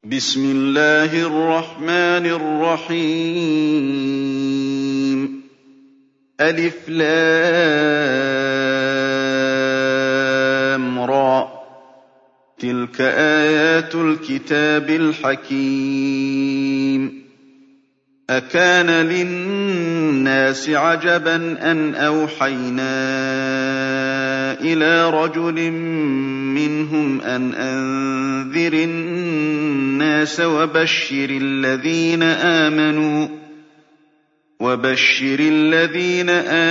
بسم الله الرحمن الرحيم. ألف لام را، تلك آيات الكتاب الحكيم. أكان للناس عجبا أن أوحينا إلى رجل منهم أن أنذر الناس وبشر الذين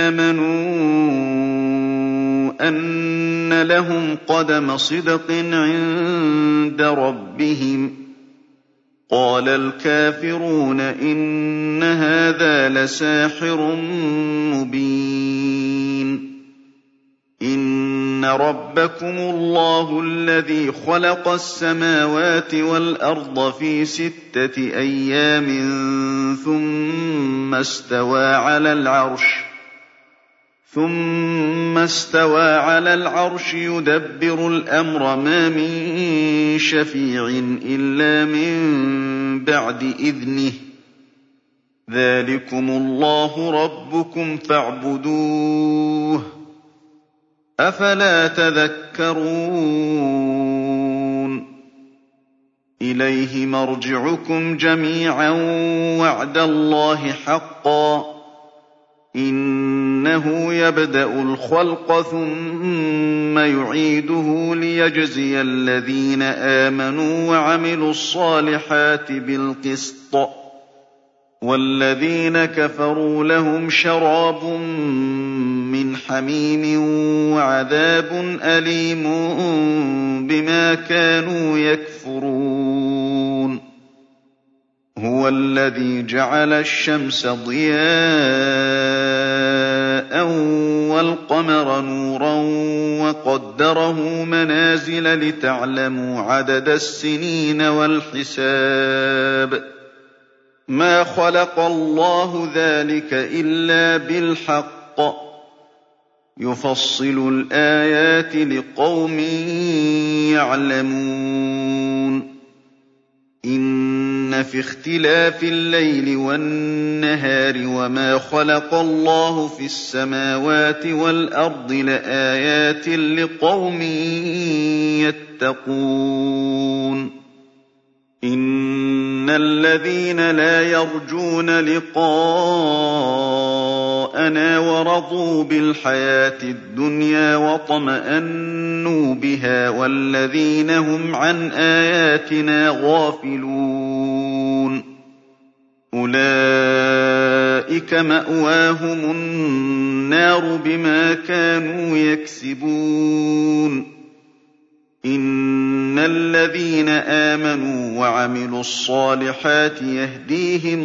آمنوا أن لهم قدم صدق عند ربهم. قال الكافرون إن هذا لساحر مبين. إن ربكم الله الذي خلق السماوات والأرض في 6 أيام ثم استوى على العرش يدبر الأمر ما من شفيع إلا من بعد إذنه. ذلكم الله ربكم فاعبدوه، أفلا تذكرون. إليه مرجعكم جميعا وعد الله حقا، إنه يبدأ الخلق ثم يعيده ليجزي الذين آمنوا وعملوا الصالحات بالقسط، والذين كفروا لهم شراب من حميم وعذاب أليم بما كانوا يكفرون. هو الذي جعل الشمس ضياء والقمر نورا وقدره منازل لتعلموا عدد السنين والحساب. ما خلق الله ذلك إلا بالحق، يفصل الآيات لقوم يعلمون. إن في اختلاف الليل والنهار وما خلق الله في السماوات والأرض لآيات لقوم يتقون. إن الذين لا يرجون لقاءنا ورضوا بالحياة الدنيا واطمأنوا بها والذين هم عن آياتنا غافلون أولئك مأواهم النار بما كانوا يكسبون. إن الذين آمنوا وعملوا الصالحات يهديهم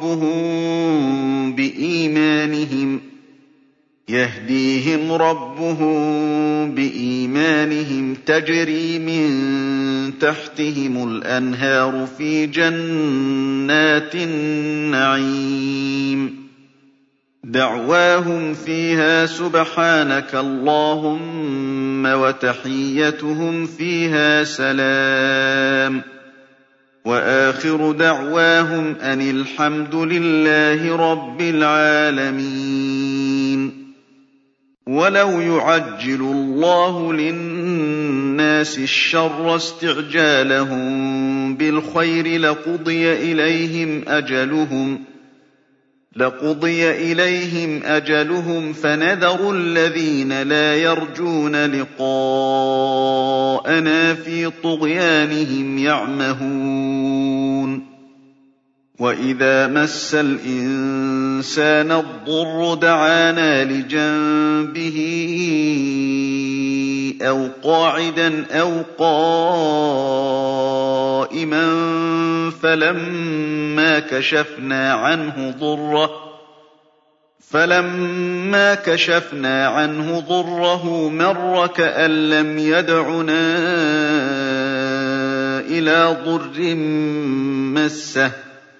ربهم بإيمانهم تجري من تحتهم الأنهار في جنات النعيم. دعواهم فيها سبحانك اللهم وتحيتهم فيها سلام، وآخر دعواهم أن الحمد لله رب العالمين. ولو يعجل الله للناس الشر استعجالهم بالخير لقضي إليهم أجلهم فنذر الذين لا يرجون لقاءنا في طغيانهم يعمهون. وإذا مس الإنسان الضر دعانا لجنبه أو قاعدا أو قائما فلما كشفنا عنه ضره مر كأن لم يدعنا إلى ضر مسه.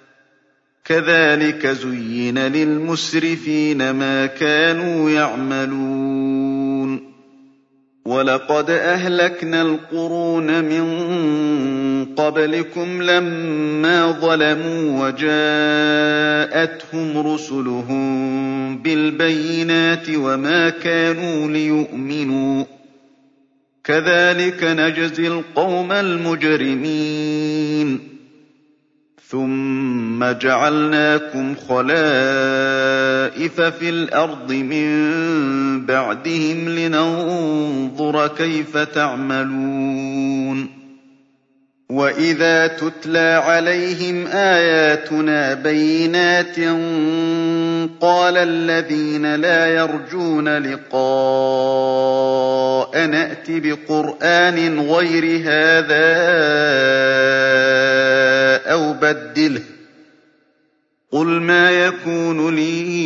كذلك زين للمسرفين ما كانوا يعملون. وَلَقَدْ أَهْلَكْنَا الْقُرُونَ مِن قَبْلِكُمْ لَمَّا ظَلَمُوا وَجَاءَتْهُمْ رُسُلُهُم بِالْبَيِّنَاتِ وَمَا كَانُوا لِيُؤْمِنُوا ۚ كَذَٰلِكَ نَجْزِي الْقَوْمَ الْمُجْرِمِينَ ثُمَّ جَعَلْنَاكُمْ خَلَائِفَ فِي الْأَرْضِ مِن بَعْدِهِمْ لِنَنظُرَ كَيْفَ تَعْمَلُونَ وَإِذَا تُتْلَىٰ عَلَيْهِمْ آيَاتُنَا بَيِّنَاتٍ قَالَ الَّذِينَ لَا يَرْجُونَ لِقَاءَنَا ائْتِ بِقُرْآنٍ غَيْرِ هَٰذَا أَوْ بَدِّلْهُ ۚ قُلْ مَا يَكُونُ لِي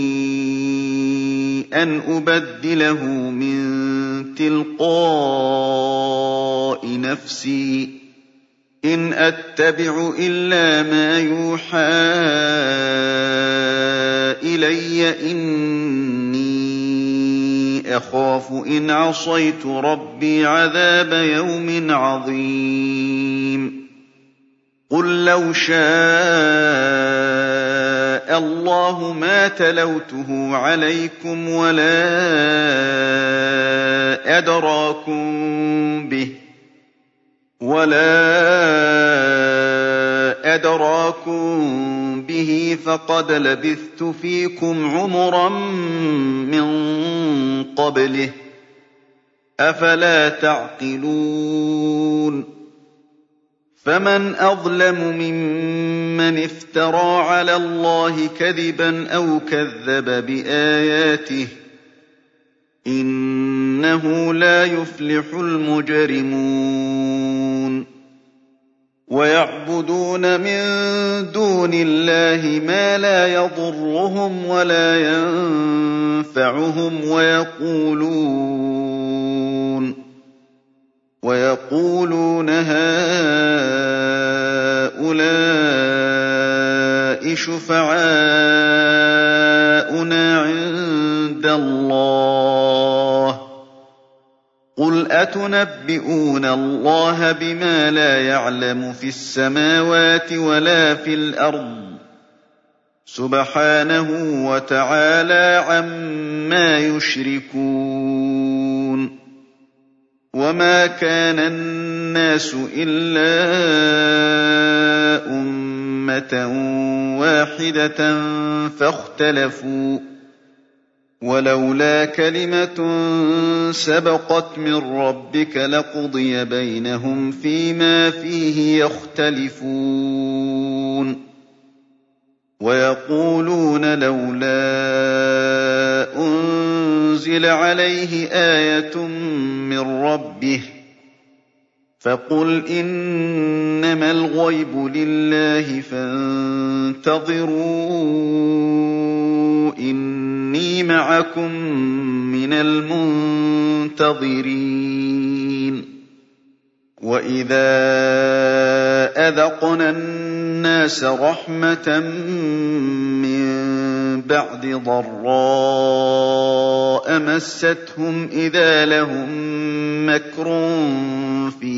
أَنْ أُبَدِّلَهُ مِن تِلْقَاءِ نَفْسِي ۖ إِنْ أَتَّبِعُ إِلَّا مَا يُوحَىٰ إِلَيَّ ۖ إِنِّي أَخَافُ إِنْ عَصَيْتُ رَبِّي عَذَابَ يَوْمٍ عَظِيمٍ قُل لَّوْ شَاءَ اللَّهُ مَا تَلَوْتُهُ عَلَيْكُمْ وَلَا أَدْرَاكُم بِهِ فَقَدْ لَبِثْتُ فِيكُمْ عُمُرًا مِّن قَبْلِهِ ۚ أَفَلَا تَعْقِلُونَ فَمَنْ أَظْلَمُ مِمَّنِ افْتَرَىٰ عَلَى اللَّهِ كَذِبًا أَوْ كَذَّبَ بِآيَاتِهِ ۚ إِنَّهُ لَا يُفْلِحُ الْمُجْرِمُونَ وَيَعْبُدُونَ مِن دُونِ اللَّهِ مَا لَا يَضُرُّهُمْ وَلَا يَنفَعُهُمْ وَيَقُولُونَ هَٰؤُلَاءِ شُفَعَاؤُنَا عِندَ اللَّهِ ۚ قُلْ أَتُنَبِّئُونَ اللَّهَ بِمَا لَا يَعْلَمُ فِي السَّمَاوَاتِ وَلَا فِي الْأَرْضِ ۚ سُبْحَانَهُ وَتَعَالَىٰ عَمَّا يُشْرِكُونَ وَمَا كَانَ النَّاسُ إِلَّا أُمَّةً وَاحِدَةً فَاخْتَلَفُوا ۚ وَلَوْلَا كَلِمَةٌ سَبَقَتْ مِن رَّبِّكَ لَقُضِيَ بَيْنَهُمْ فِيمَا فِيهِ يَخْتَلِفُونَ وَيَقُولُونَ لَوْلَا أُنزِلَ عَلَيْهِ آيَةٌ مِّن رَّبِّهِ ۖ فَقُلْ إِنَّمَا الْغَيْبُ لِلَّهِ فَانتَظِرُوا إِنِّي مَعَكُم مِّنَ الْمُنتَظِرِينَ وَإِذَا أَذَقْنَا النَّاسَ رَحْمَةً مِّن بَعْدِ ضَرَّاءَ مَسَّتْهُمْ إِذَا لَهُم مَّكْرٌ فِي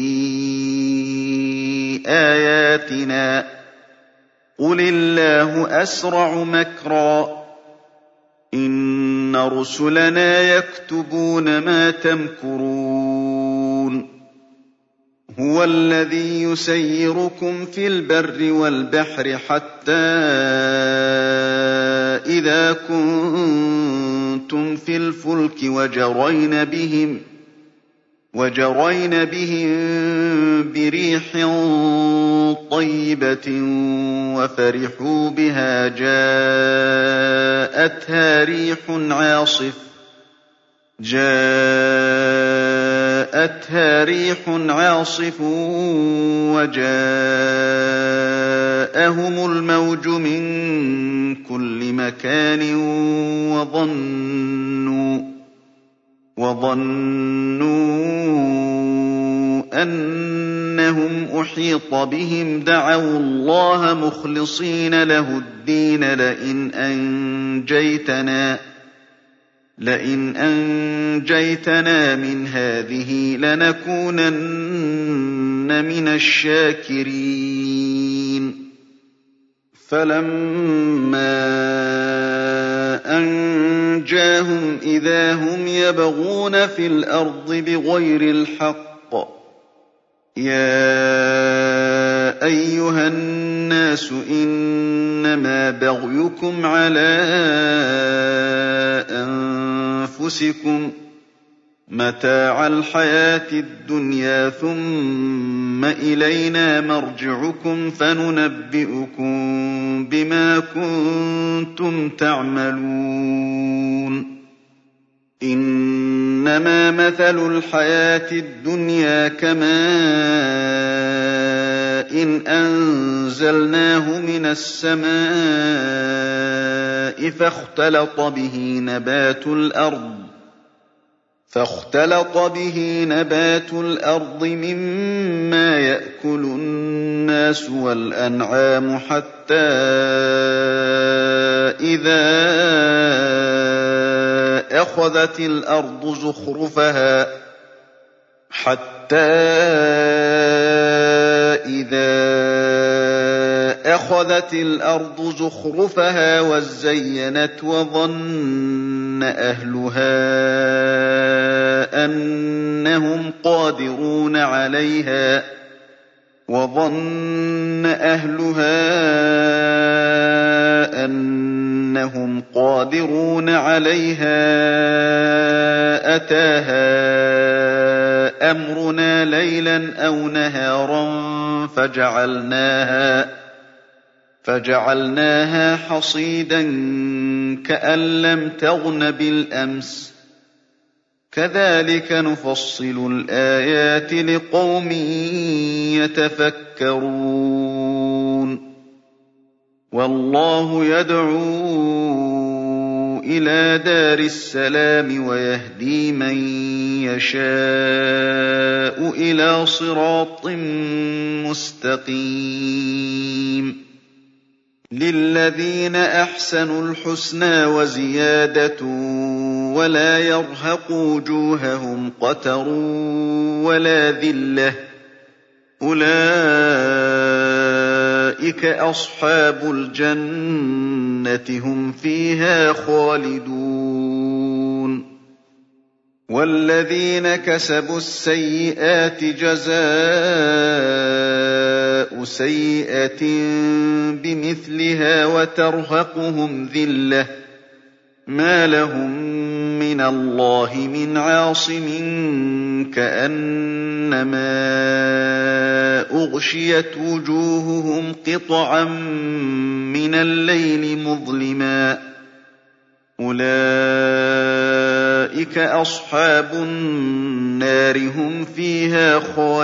آيَاتِنَا ۚ قُلِ اللَّهُ أَسْرَعُ مَكْرًا ۚ إِنَّ رُسُلَنَا يَكْتُبُونَ مَا تَمْكُرُونَ هُوَ الَّذِي يُسَيِّرُكُمْ فِي الْبَرِّ وَالْبَحْرِ حَتَّىٰ إِذَا كُنتُمْ فِي الْفُلْكِ وَجَرَيْنَ بِهِم بِرِيحٍ طَيِّبَةٍ وَفَرِحُوا بِهَا جَاءَتْهَا رِيحٌ عَاصِفٌ وَجَاءَهُمُ الْمَوْجُ مِن كُلِّ مَكَانٍ وَظَنُّوا أَنَّهُمْ أُحِيطَ بِهِمْ دَعَوُا اللَّهَ مُخْلِصِينَ لَهُ الدِّينَ لَئِنْ لئن أنجيتنا من هذه لنكونن من الشاكرين فلما أنجاهم إذا هم يبغون في الأرض بغير الحق يا أيها الناس إنما بغيكم على أنفسكم متاع الحياة الدنيا ثم إلينا مرجعكم فننبئكم بما كنتم تعملون إنما مثل الحياة الدنيا كماء أنزلناه من السماء فاختلط به نبات الأرض مما يأكل الناس والأنعام حتى إذا أخذت الأرض زخرفها وزينت وظن أهلها أنهم قادرون عليها أتاها أمرنا ليلا أو نهارا فجعلناها حصيدا كأن لم تغن بالأمس كذلك نفصل الآيات لقوم يتفكرون والله يدعو إلى دار السلام ويهدي من يشاء إلى صراط مستقيم للذين أحسنوا الحسنى وزيادة ولا يرهق وجوههم قتر ولا ذلة أولئك أصحاب الجنة هم فيها خالدون والذين كسبوا السيئات جزاء سيئة بمثلها وترهقهم ذلة ما لهم من الله من عاصم كأنما أغشيت وجوههم قطعا من الليل مظلما أولئك أصحاب النار هم فيها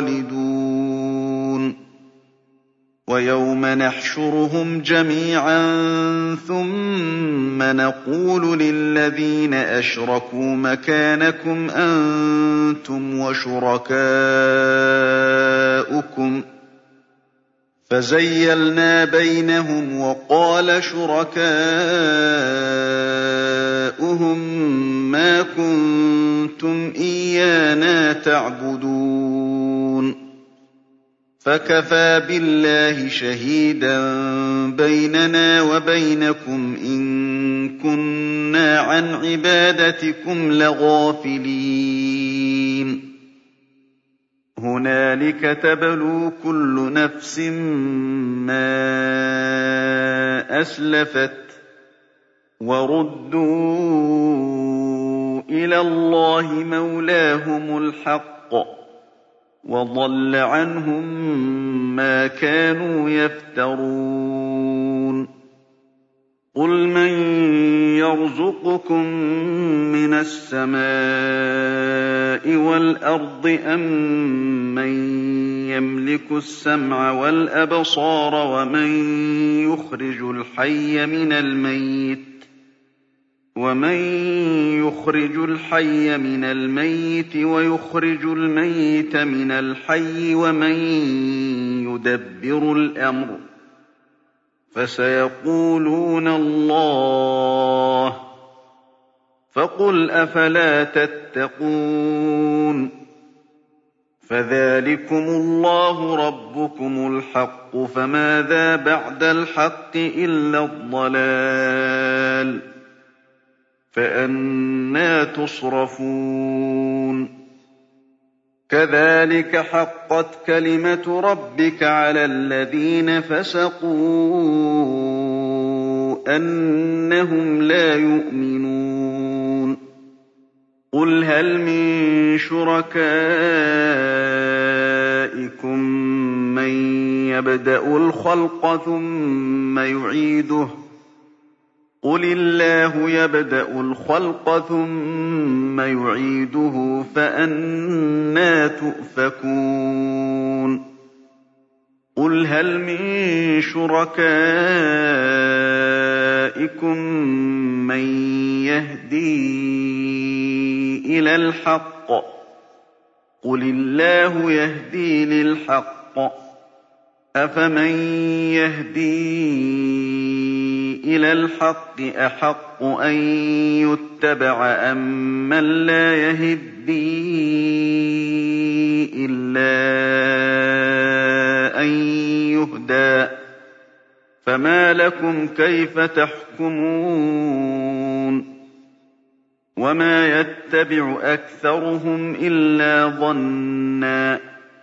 خالدون ويوم نحشرهم جميعا ثم نقول للذين أشركوا مكانكم أنتم وشركاؤكم فزيلنا بينهم وقال شركاؤهم ما كنتم إيانا تعبدون فكفى بالله شهيدا بيننا وبينكم إن كنا عن عبادتكم لغافلين هنالك تبلو كل نفس ما أسلفت وردوا إلى الله مولاهم الحق وضل عنهم ما كانوا يفترون قل من يرزقكم من السماء والأرض أم من يملك السمع والأبصار ومن يخرج الحي من الميت ويخرج الميت من الحي ومن يدبر الأمر فسيقولون الله فقل أفلا تتقون فذلكم الله ربكم الحق فماذا بعد الحق إلا الضلال فأنى تصرفون كذلك حقت كلمة ربك على الذين فسقوا أنهم لا يؤمنون قل هل من شركائكم من يبدأ الخلق ثم يعيده قل الله يبدأ الخلق ثم يعيده فأنى تؤفكون قل هل من شركائكم من يهدي إلى الحق قل الله يهدي للحق أفمن يهدي إلى الحق أحق أن يتبع أم من لا يهدي إلا أن يهدى فما لكم كيف تحكمون وما يتبع أكثرهم إلا ظنا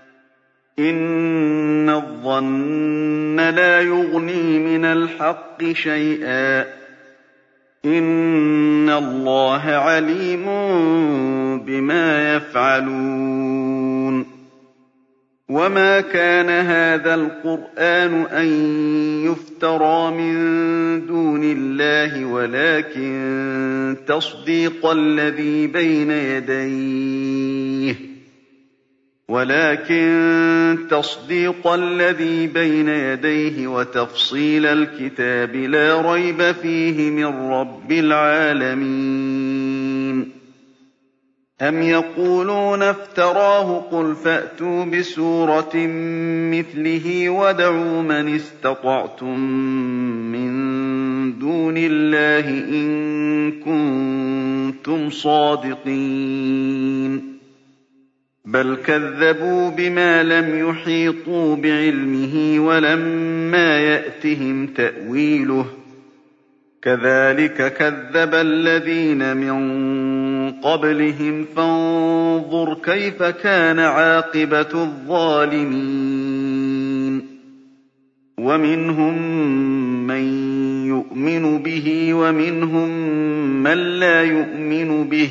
إن الظن لا يغني من الحق شيئا إن الله عليم بما يفعلون وما كان هذا القرآن أن يفترى من دون الله ولكن تصديق الذي بين يديه وتفصيل الكتاب لا ريب فيه من رب العالمين أم يقولون افتراه قل فأتوا بسورة مثله وادعوا من استطعتم من دون الله إن كنتم صادقين بل كذبوا بما لم يحيطوا بعلمه ولما يأتهم تأويله كذلك كذب الذين من قبلهم فانظر كيف كان عاقبة الظالمين ومنهم من يؤمن به ومنهم من لا يؤمن به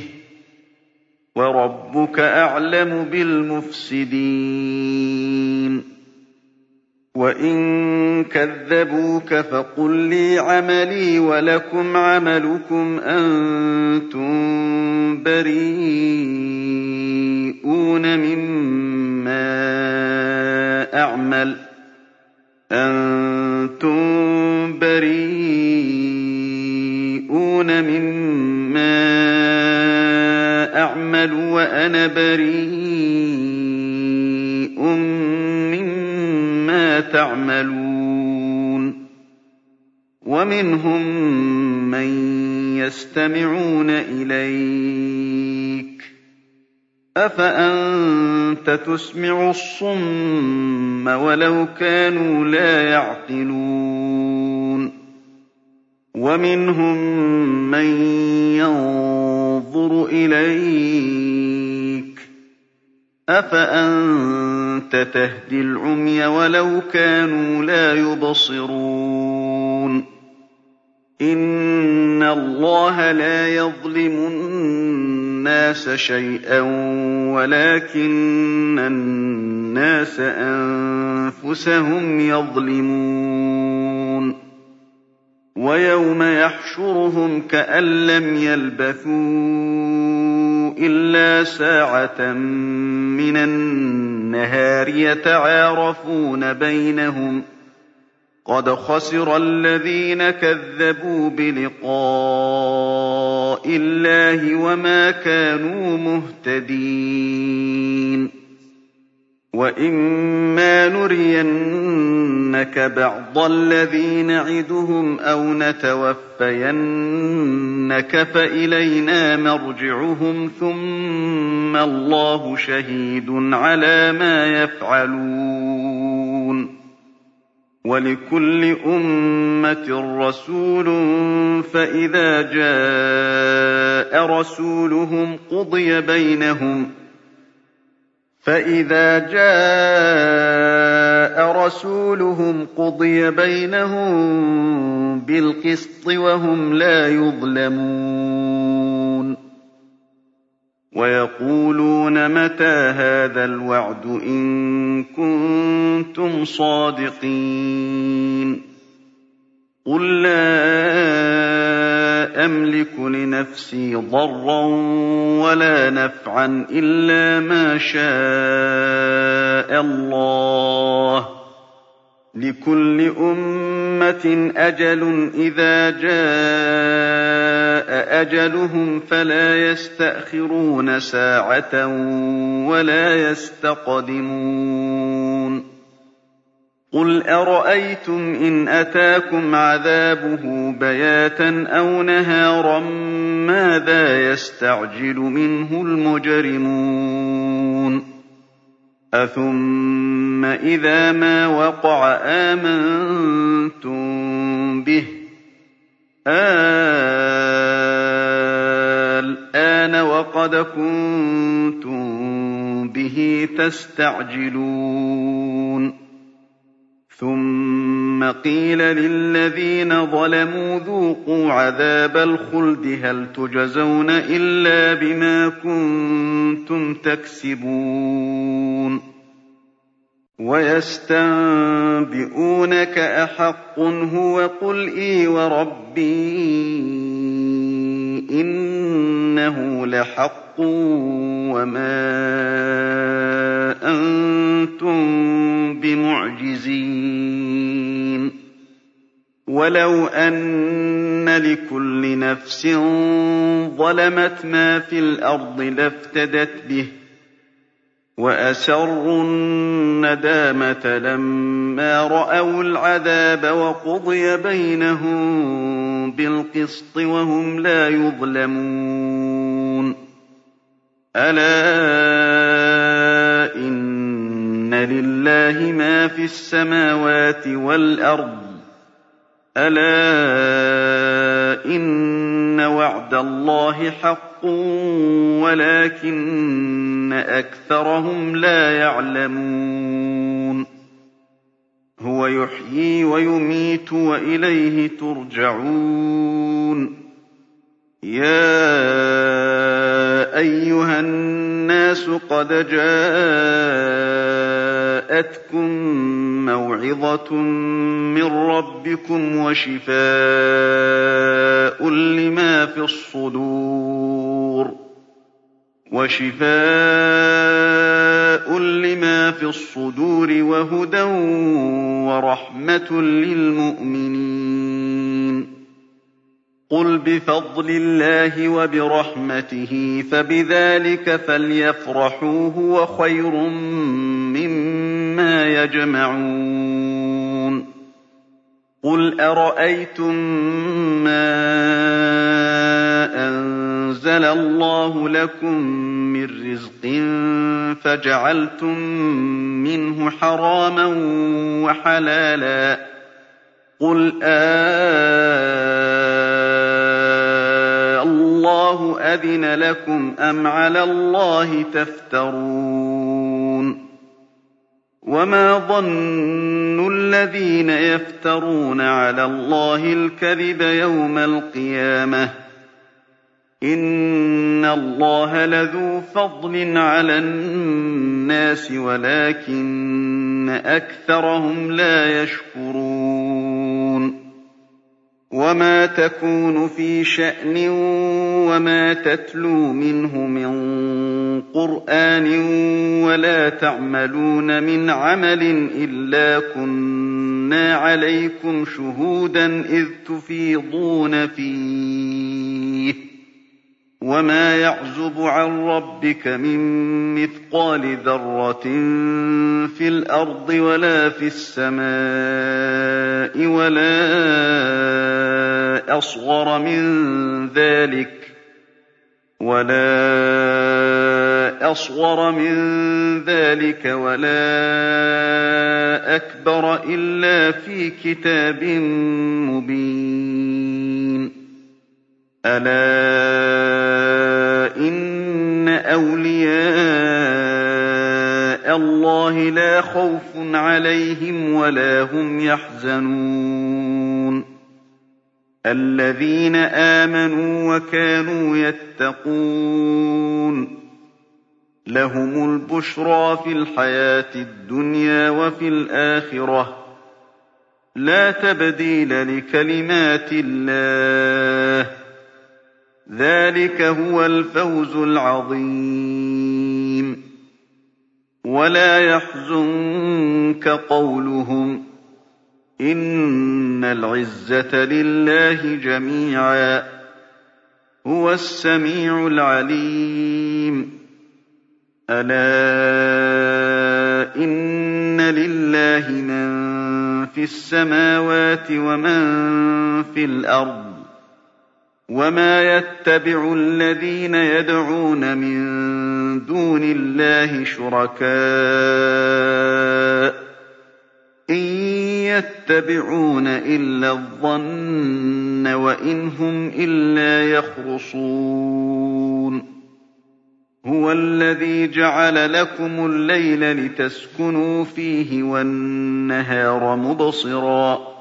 وربك أعلم بالمفسدين وإن كذبوك فقل لي عملي ولكم عملكم أنتم بريئون مما أعمل وأنا بريء مما تعملون ومنهم من يستمعون إليك أفأنت تسمع الصم ولو كانوا لا يعقلون ومنهم من ينظر إليك أفأنت تهدي العمي ولو كانوا لا يبصرون إن الله لا يظلم الناس شيئا ولكن الناس أنفسهم يظلمون ويوم يحشرهم كأن لم يلبثوا إلا ساعة من النهار يتعارفون بينهم قد خسر الذين كذبوا بلقاء الله وما كانوا مهتدين وَإِمَّا نُرِيَنَّكَ بَعْضَ الَّذِي نَعِدُهُمْ أَوْ نَتَوَفَّيَنَّكَ فَإِلَيْنَا مَرْجِعُهُمْ ثُمَّ اللَّهُ شَهِيدٌ عَلَىٰ مَا يَفْعَلُونَ وَلِكُلِّ أُمَّةٍ رَّسُولٌ فَإِذَا جَاءَ رَسُولُهُمْ قُضِيَ بَيْنَهُم بِالْقِسْطِ وَهُمْ لَا يُظْلَمُونَ وَيَقُولُونَ مَتَىٰ هَٰذَا الْوَعْدُ إِن كُنتُمْ صَادِقِينَ قُل لَّا أَمْلِكُ لِنَفْسِي ضَرًّا وَلَا نَفْعًا إِلَّا مَا شَاءَ اللَّهُ ۗ لِكُلِّ أُمَّةٍ أَجَلٌ ۖ إِذَا جَاءَ أَجَلُهُمْ فَلَا يَسْتَأْخِرُونَ سَاعَةً ۖ وَلَا يَسْتَقْدِمُونَ قُلْ أَرَأَيْتُمْ إِنْ أَتَاكُمْ عَذَابُهُ بَيَاتًا أَوْ نَهَارًا مَّاذَا يَسْتَعْجِلُ مِنْهُ الْمُجْرِمُونَ أَثُمَّ إِذَا مَا وَقَعَ آمَنتُم بِهِ الْآنَ وَقَدْ كُنتُم بِهِ تَسْتَعْجِلُونَ ثُمَّ قِيلَ لِلَّذِينَ ظَلَمُوا ذُوقُوا عَذَابَ الْخُلْدِ هَلْ تُجْزَوْنَ إِلَّا بِمَا كُنتُمْ تَكْسِبُونَ وَيَسْتَنبِئُونَكَ أَحَقٌّ هُوَ قُلْ إِي وَرَبِّي إِنَّهُ لَحَقٌّ وَمَا أَنتُم بِمُعْجِزِينَ وَلَوْ أَنَّ لِكُلِّ نَفْسٍ ظَلَمَتْ مَا فِي الْأَرْضِ لَافْتَدَتْ بِهِ وَأَسَرُّوا النَّدَامَةَ لَمَّا رَأَوُا الْعَذَابَ وَقُضِيَ بَيْنَهُم بِالْقِسْطِ وَهُمْ لَا يُظْلَمُونَ أَلَا إِنَّ لِلَّهِ مَا فِي السَّمَاوَاتِ وَالْأَرْضِ أَلَا إِنَّ وَعْدَ اللَّهِ حَقٌّ وَلَٰكِنَّ أَكْثَرَهُمْ لَا يَعْلَمُونَ هُوَ يُحْيِي وَيُمِيتُ وَإِلَيْهِ تُرْجَعُونَ يَا أَيُّهَا النَّاسُ قَدْ جَاءَتْكُم مَّوْعِظَةٌ مِّن رَّبِّكُمْ وَشِفَاءٌ لِّمَا فِي الصُّدُورِ وَهُدًى وَرَحْمَةٌ لِّلْمُؤْمِنِينَ قُلْ بِفَضْلِ اللَّهِ وَبِرَحْمَتِهِ فَبِذَٰلِكَ فَلْيَفْرَحُوا هُوَ خَيْرٌ مِّمَّا يَجْمَعُونَ قُلْ أَرَأَيْتُم مَّا أَنزَلَ اللَّهُ لَكُم مِّن رِّزْقٍ فَجَعَلْتُم مِّنْهُ حَرَامًا وَحَلَالًا قُلْ اللَّهُ أَذِنَ لَكُمْ أَمْ عَلَى اللَّهِ تَفْتَرُونَ وَمَا ظَنُّ الَّذِينَ يَفْتَرُونَ عَلَى اللَّهِ الْكَذِبَ يَوْمَ الْقِيَامَةِ ۗ إِنَّ اللَّهَ لَذُو فَضْلٍ عَلَى النَّاسِ وَلَٰكِنَّ أَكْثَرَهُمْ لَا يَشْكُرُونَ وَمَا تَكُونُ فِي شَأْنٍ وَمَا تَتْلُو مِنْهُ مِن قُرْآنٍ وَلَا تَعْمَلُونَ مِنْ عَمَلٍ إِلَّا كُنَّا عَلَيْكُمْ شُهُودًا إِذْ تُفِيضُونَ فِيهِ وما يعزب عن ربك من مثقال ذرة في الأرض ولا في السماء ولا أصغر من ذلك ولا أكبر إلا في كتاب مبين ألا إن أولياء الله لا خوف عليهم ولا هم يحزنون الذين آمنوا وكانوا يتقون لهم البشرى في الحياة الدنيا وفي الآخرة لا تبديل لكلمات الله ذلك هو الفوز العظيم ولا يحزنك قولهم إن العزة لله جميعا هو السميع العليم ألا إن لله من في السماوات ومن في الأرض وما يتبع الذين يدعون من دون الله شركاء إن يتبعون إلا الظن وإن هم إلا يخرصون هو الذي جعل لكم الليل لتسكنوا فيه والنهار مبصرا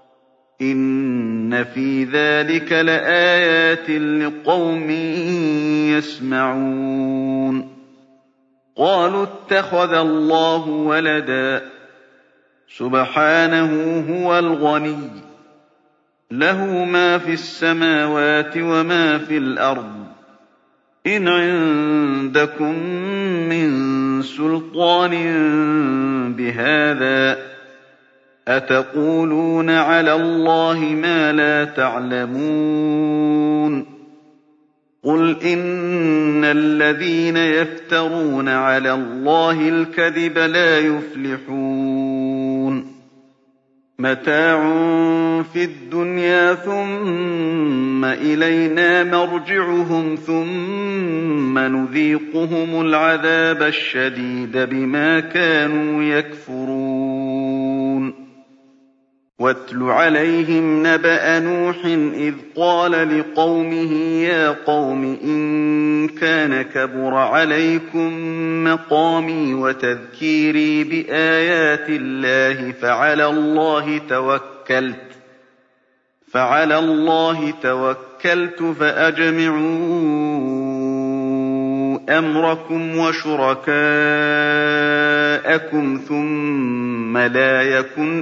إن في ذلك لآيات لقوم يسمعون قالوا اتخذ الله ولدا سبحانه هو الغني له ما في السماوات وما في الأرض إن عندكم من سلطان بهذا أتقولون على الله ما لا تعلمون قل إن الذين يفترون على الله الكذب لا يفلحون متاع في الدنيا ثم إلينا مرجعهم ثم نذيقهم العذاب الشديد بما كانوا يكفرون واتل عليهم نبأ نوح إذ قال لقومه يا قوم إن كان كبر عليكم مقامي وتذكيري بآيات الله فعلى الله توكلت فأجمعوا أمركم وشركاءكم ثم لا يكن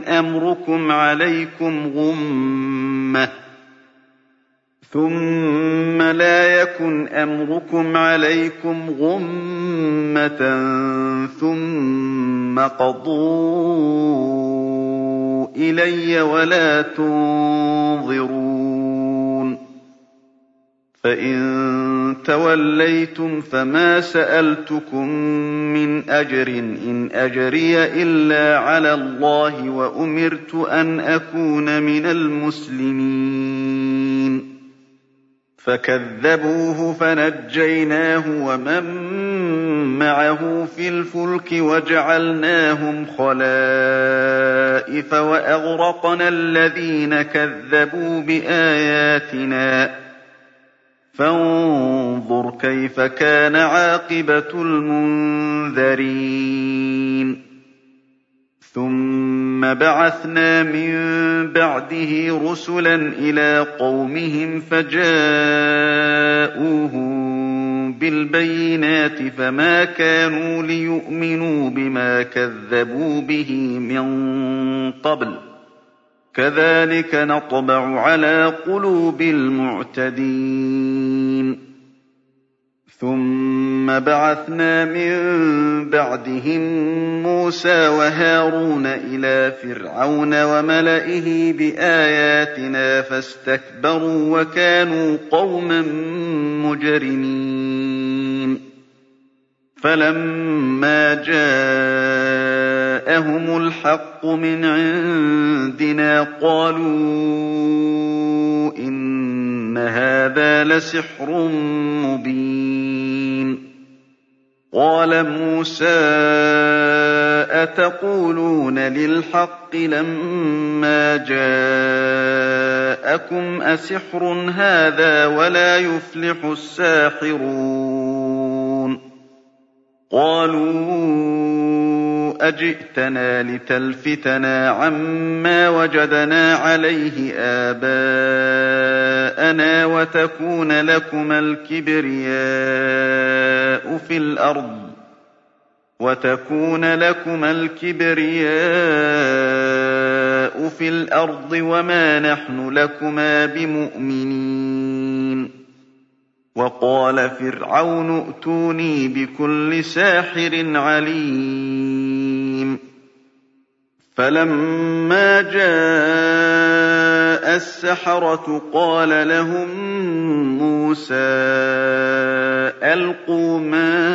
أمركم عليكم غمة ثم قضوا إلي ولا تنظرون فإن توليتم فما سألتكم من أجر إن أجري إلا على الله وأمرت أن أكون من المسلمين فكذبوه فنجيناه ومن معه في الفلك وجعلناهم خلائف وأغرقنا الذين كذبوا بآياتنا فانظر كيف كان عاقبة المنذرين ثم بعثنا من بعده رسلا إلى قومهم فجاءوهم بالبينات فما كانوا ليؤمنوا بما كذبوا به من قبل كذلك نطبع على قلوب المعتدين ثم بعثنا من بعدهم موسى وهارون إلى فرعون وملئه بآياتنا فاستكبروا وكانوا قوما المجرمين فلما جاءهم الحق من عندنا قالوا إن هذا لسحر مبين قال موسى أتقولون للحق لما جاءكم أسحر هذا ولا يفلح الساحرون قالوا أجئتنا لتلفتنا عما وجدنا عليه آباءنا وتكون لكما الكبرياء في الأرض وما نحن لكما بمؤمنين وقال فرعون ائتوني بكل ساحر عليم فلما جاء السحرة قال لهم موسى ألقوا ما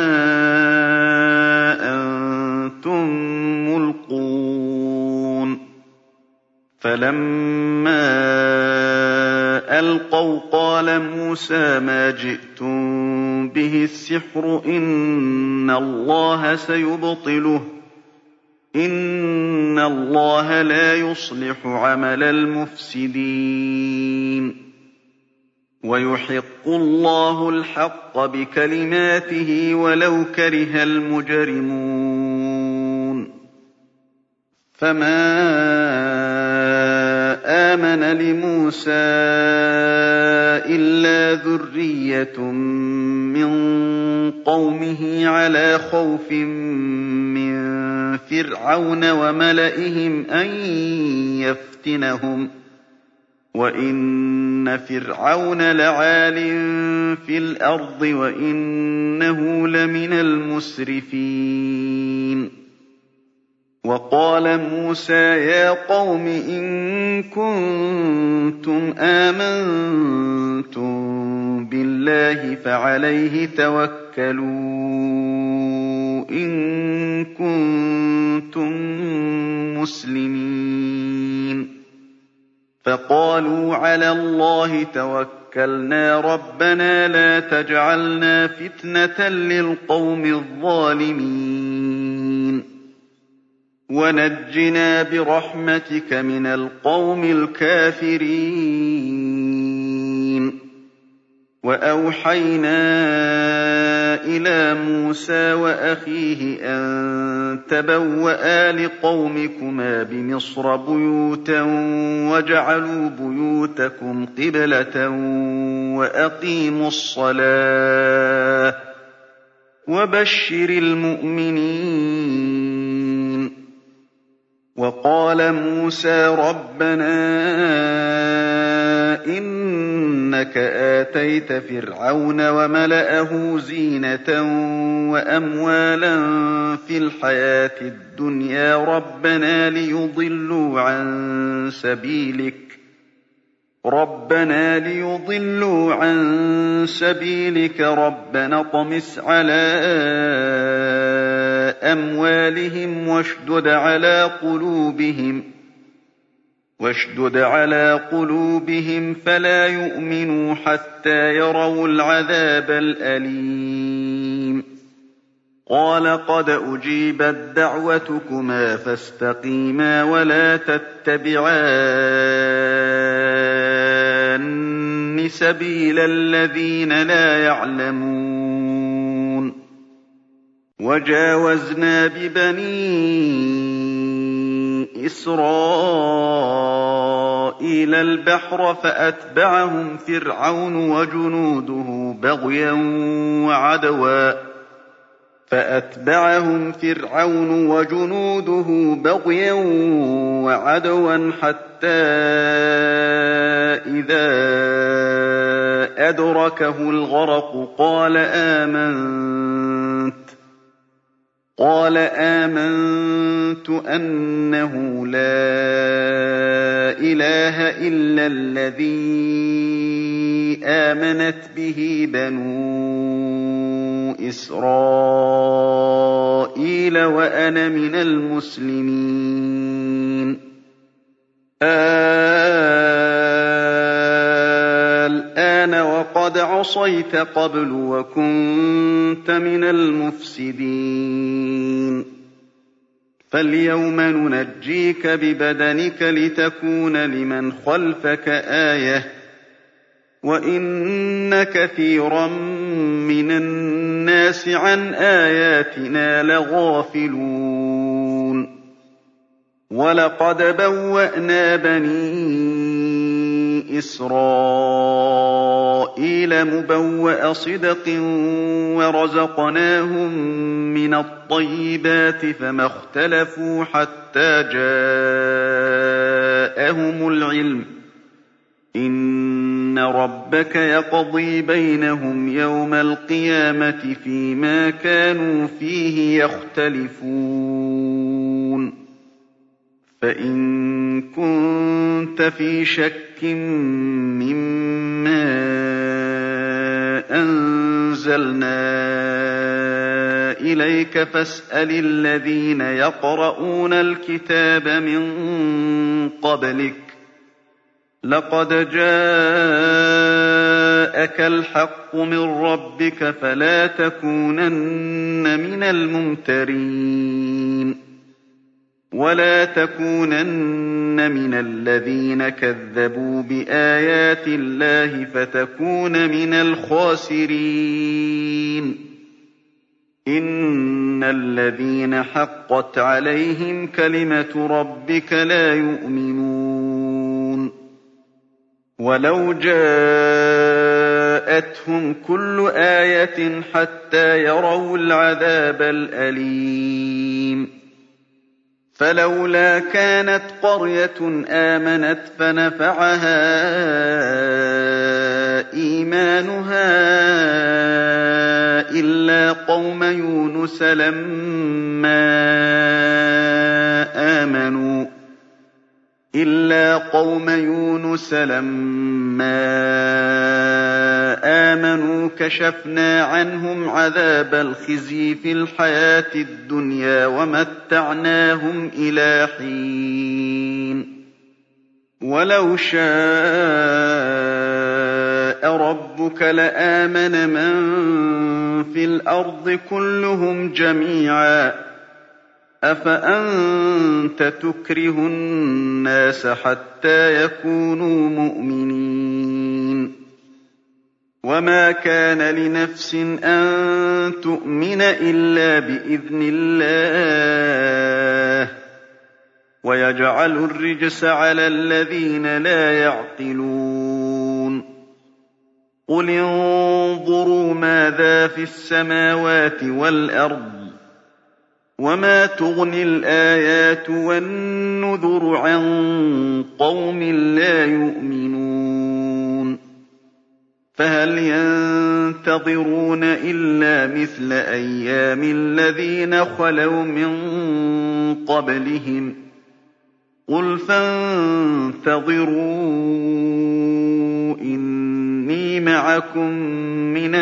أنتم ملقون فلما ألقوا قال موسى ما جئتم به السحر إن الله سيبطله إن الله لا يصلح عمل المفسدين ويحق الله الحق بكلماته ولو كره المجرمون فما آمن لموسى إلا ذرية من قومه على خوف من فرعون وملئهم أن يفتنهم وإن فرعون لعال في الأرض وإنه لمن المسرفين وقال موسى يا قوم إن كنتم آمنتم بالله فعليه توكلوا إن كنتم مسلمين فقالوا على الله توكلنا ربنا لا تجعلنا فتنة للقوم الظالمين ونجنا برحمتك من القوم الكافرين وأوحينا إلى موسى وأخيه أن تبوأ لقومكما بمصر بيوتا واجعلوا بيوتكم قبلة وأقيموا الصلاة وبشر المؤمنين وقال موسى ربنا إنك آتيت فرعون وملأه زينة وأموالا في الحياة الدنيا ربنا ليضلوا عن سبيلك ربنا اطمس على أموالهم واشدد على قلوبهم فلا يؤمنوا حتى يروا العذاب الأليم قال قد أجيبت دعوتكما فاستقيما ولا تتبعان سبيل الذين لا يعلمون وجاوزنا ببني إسرائيل البحر فأتبعهم فرعون وجنوده بغيا وعدوا حتى إذا أدركه الغرق قال آمنت أنه لا إله إلا الذي آمنت به بنو إسرائيل وأنا من المسلمين الآن وقد عصيت قبل وكنت من المفسدين فاليوم ننجيك ببدنك لتكون لمن خلفك آية وإن كثيرا من الناس عن آياتنا لغافلون ولقد بوأنا بني إسرائيل مبوأ صدق ورزقناهم من الطيبات فما اختلفوا حتى جاءهم العلم إن ربك يقضي بينهم يوم القيامة فيما كانوا فيه يختلفون فإن كنت في شك مما أنزلنا إليك فاسأل الذين يقرؤون الكتاب من قبلك لقد جاءك الحق من ربك فلا تكونن من الممترين ولا تكونن من الذين كذبوا بآيات الله فتكون من الخاسرين إن الذين حقت عليهم كلمة ربك لا يؤمنون ولو جاءتهم كل آية حتى يروا العذاب الأليم فلولا كانت قرية آمنت فنفعها إيمانها إلا قوم يونس لما آمنوا كشفنا عنهم عذاب الخزي في الحياة الدنيا ومتعناهم إلى حين ولو شاء ربك لآمن من في الأرض كلهم جميعا أفأنت تكره الناس حتى يكونوا مؤمنين وما كان لنفس أن تؤمن إلا بإذن الله ويجعل الرجس على الذين لا يعقلون قل انظروا ماذا في السماوات والأرض وما تغني الآيات والنذر عن قوم لا يؤمنون فهل ينتظرون إلا مثل أيام الذين خلوا من قبلهم قل فانتظروا إني معكم من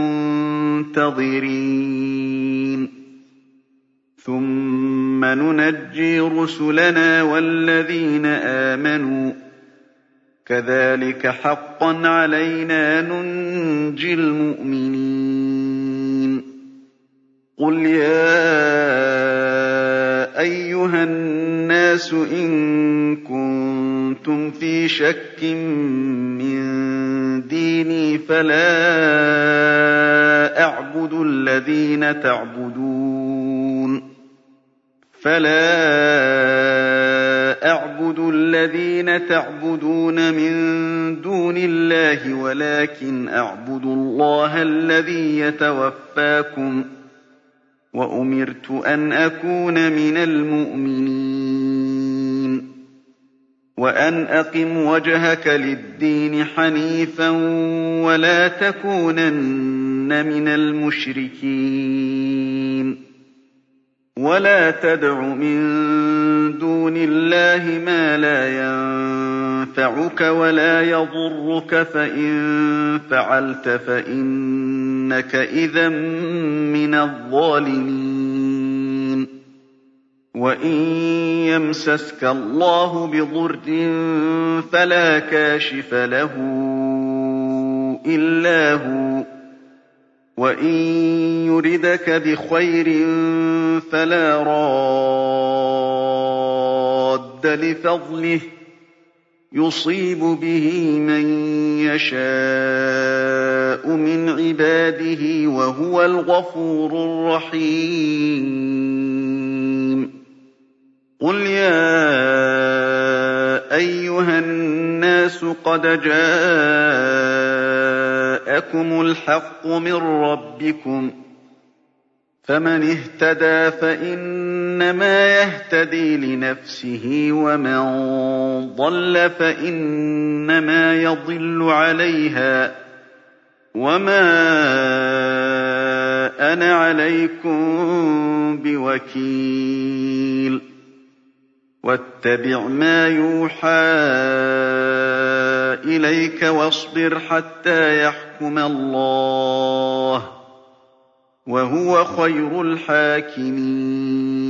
المنتظرين ثم ننجي رسلنا والذين آمنوا كذلك حقا علينا ننجي المؤمنين قل يا أيها الناس إن كنتم في شك من ديني فلا أعبد الذين تعبدون من دون الله ولكن أعبد الله الذي يتوفاكم وأمرت أن أكون من المؤمنين وأن أقم وجهك للدين حنيفا ولا تكونن من المشركين ولا تدع من دون الله ما لا ينفعك ولا يضرك فإن فعلت فإنك إذًا من الظالمين وإن يمسسك الله بضر فلا كاشف له إلا هو وإن يردك بخير فلا راد لفضله يصيب به من يشاء من عباده وهو الغفور الرحيم قل يا أيها الناس قد جاءكم الحق من ربكم فمن اهتدى فإنما يهتدي لنفسه ومن ضل فإنما يضل عليها وما أنا عليكم بوكيل واتبع ما يوحى إليك واصبر حتى يحكم الله وهو خير الحاكمين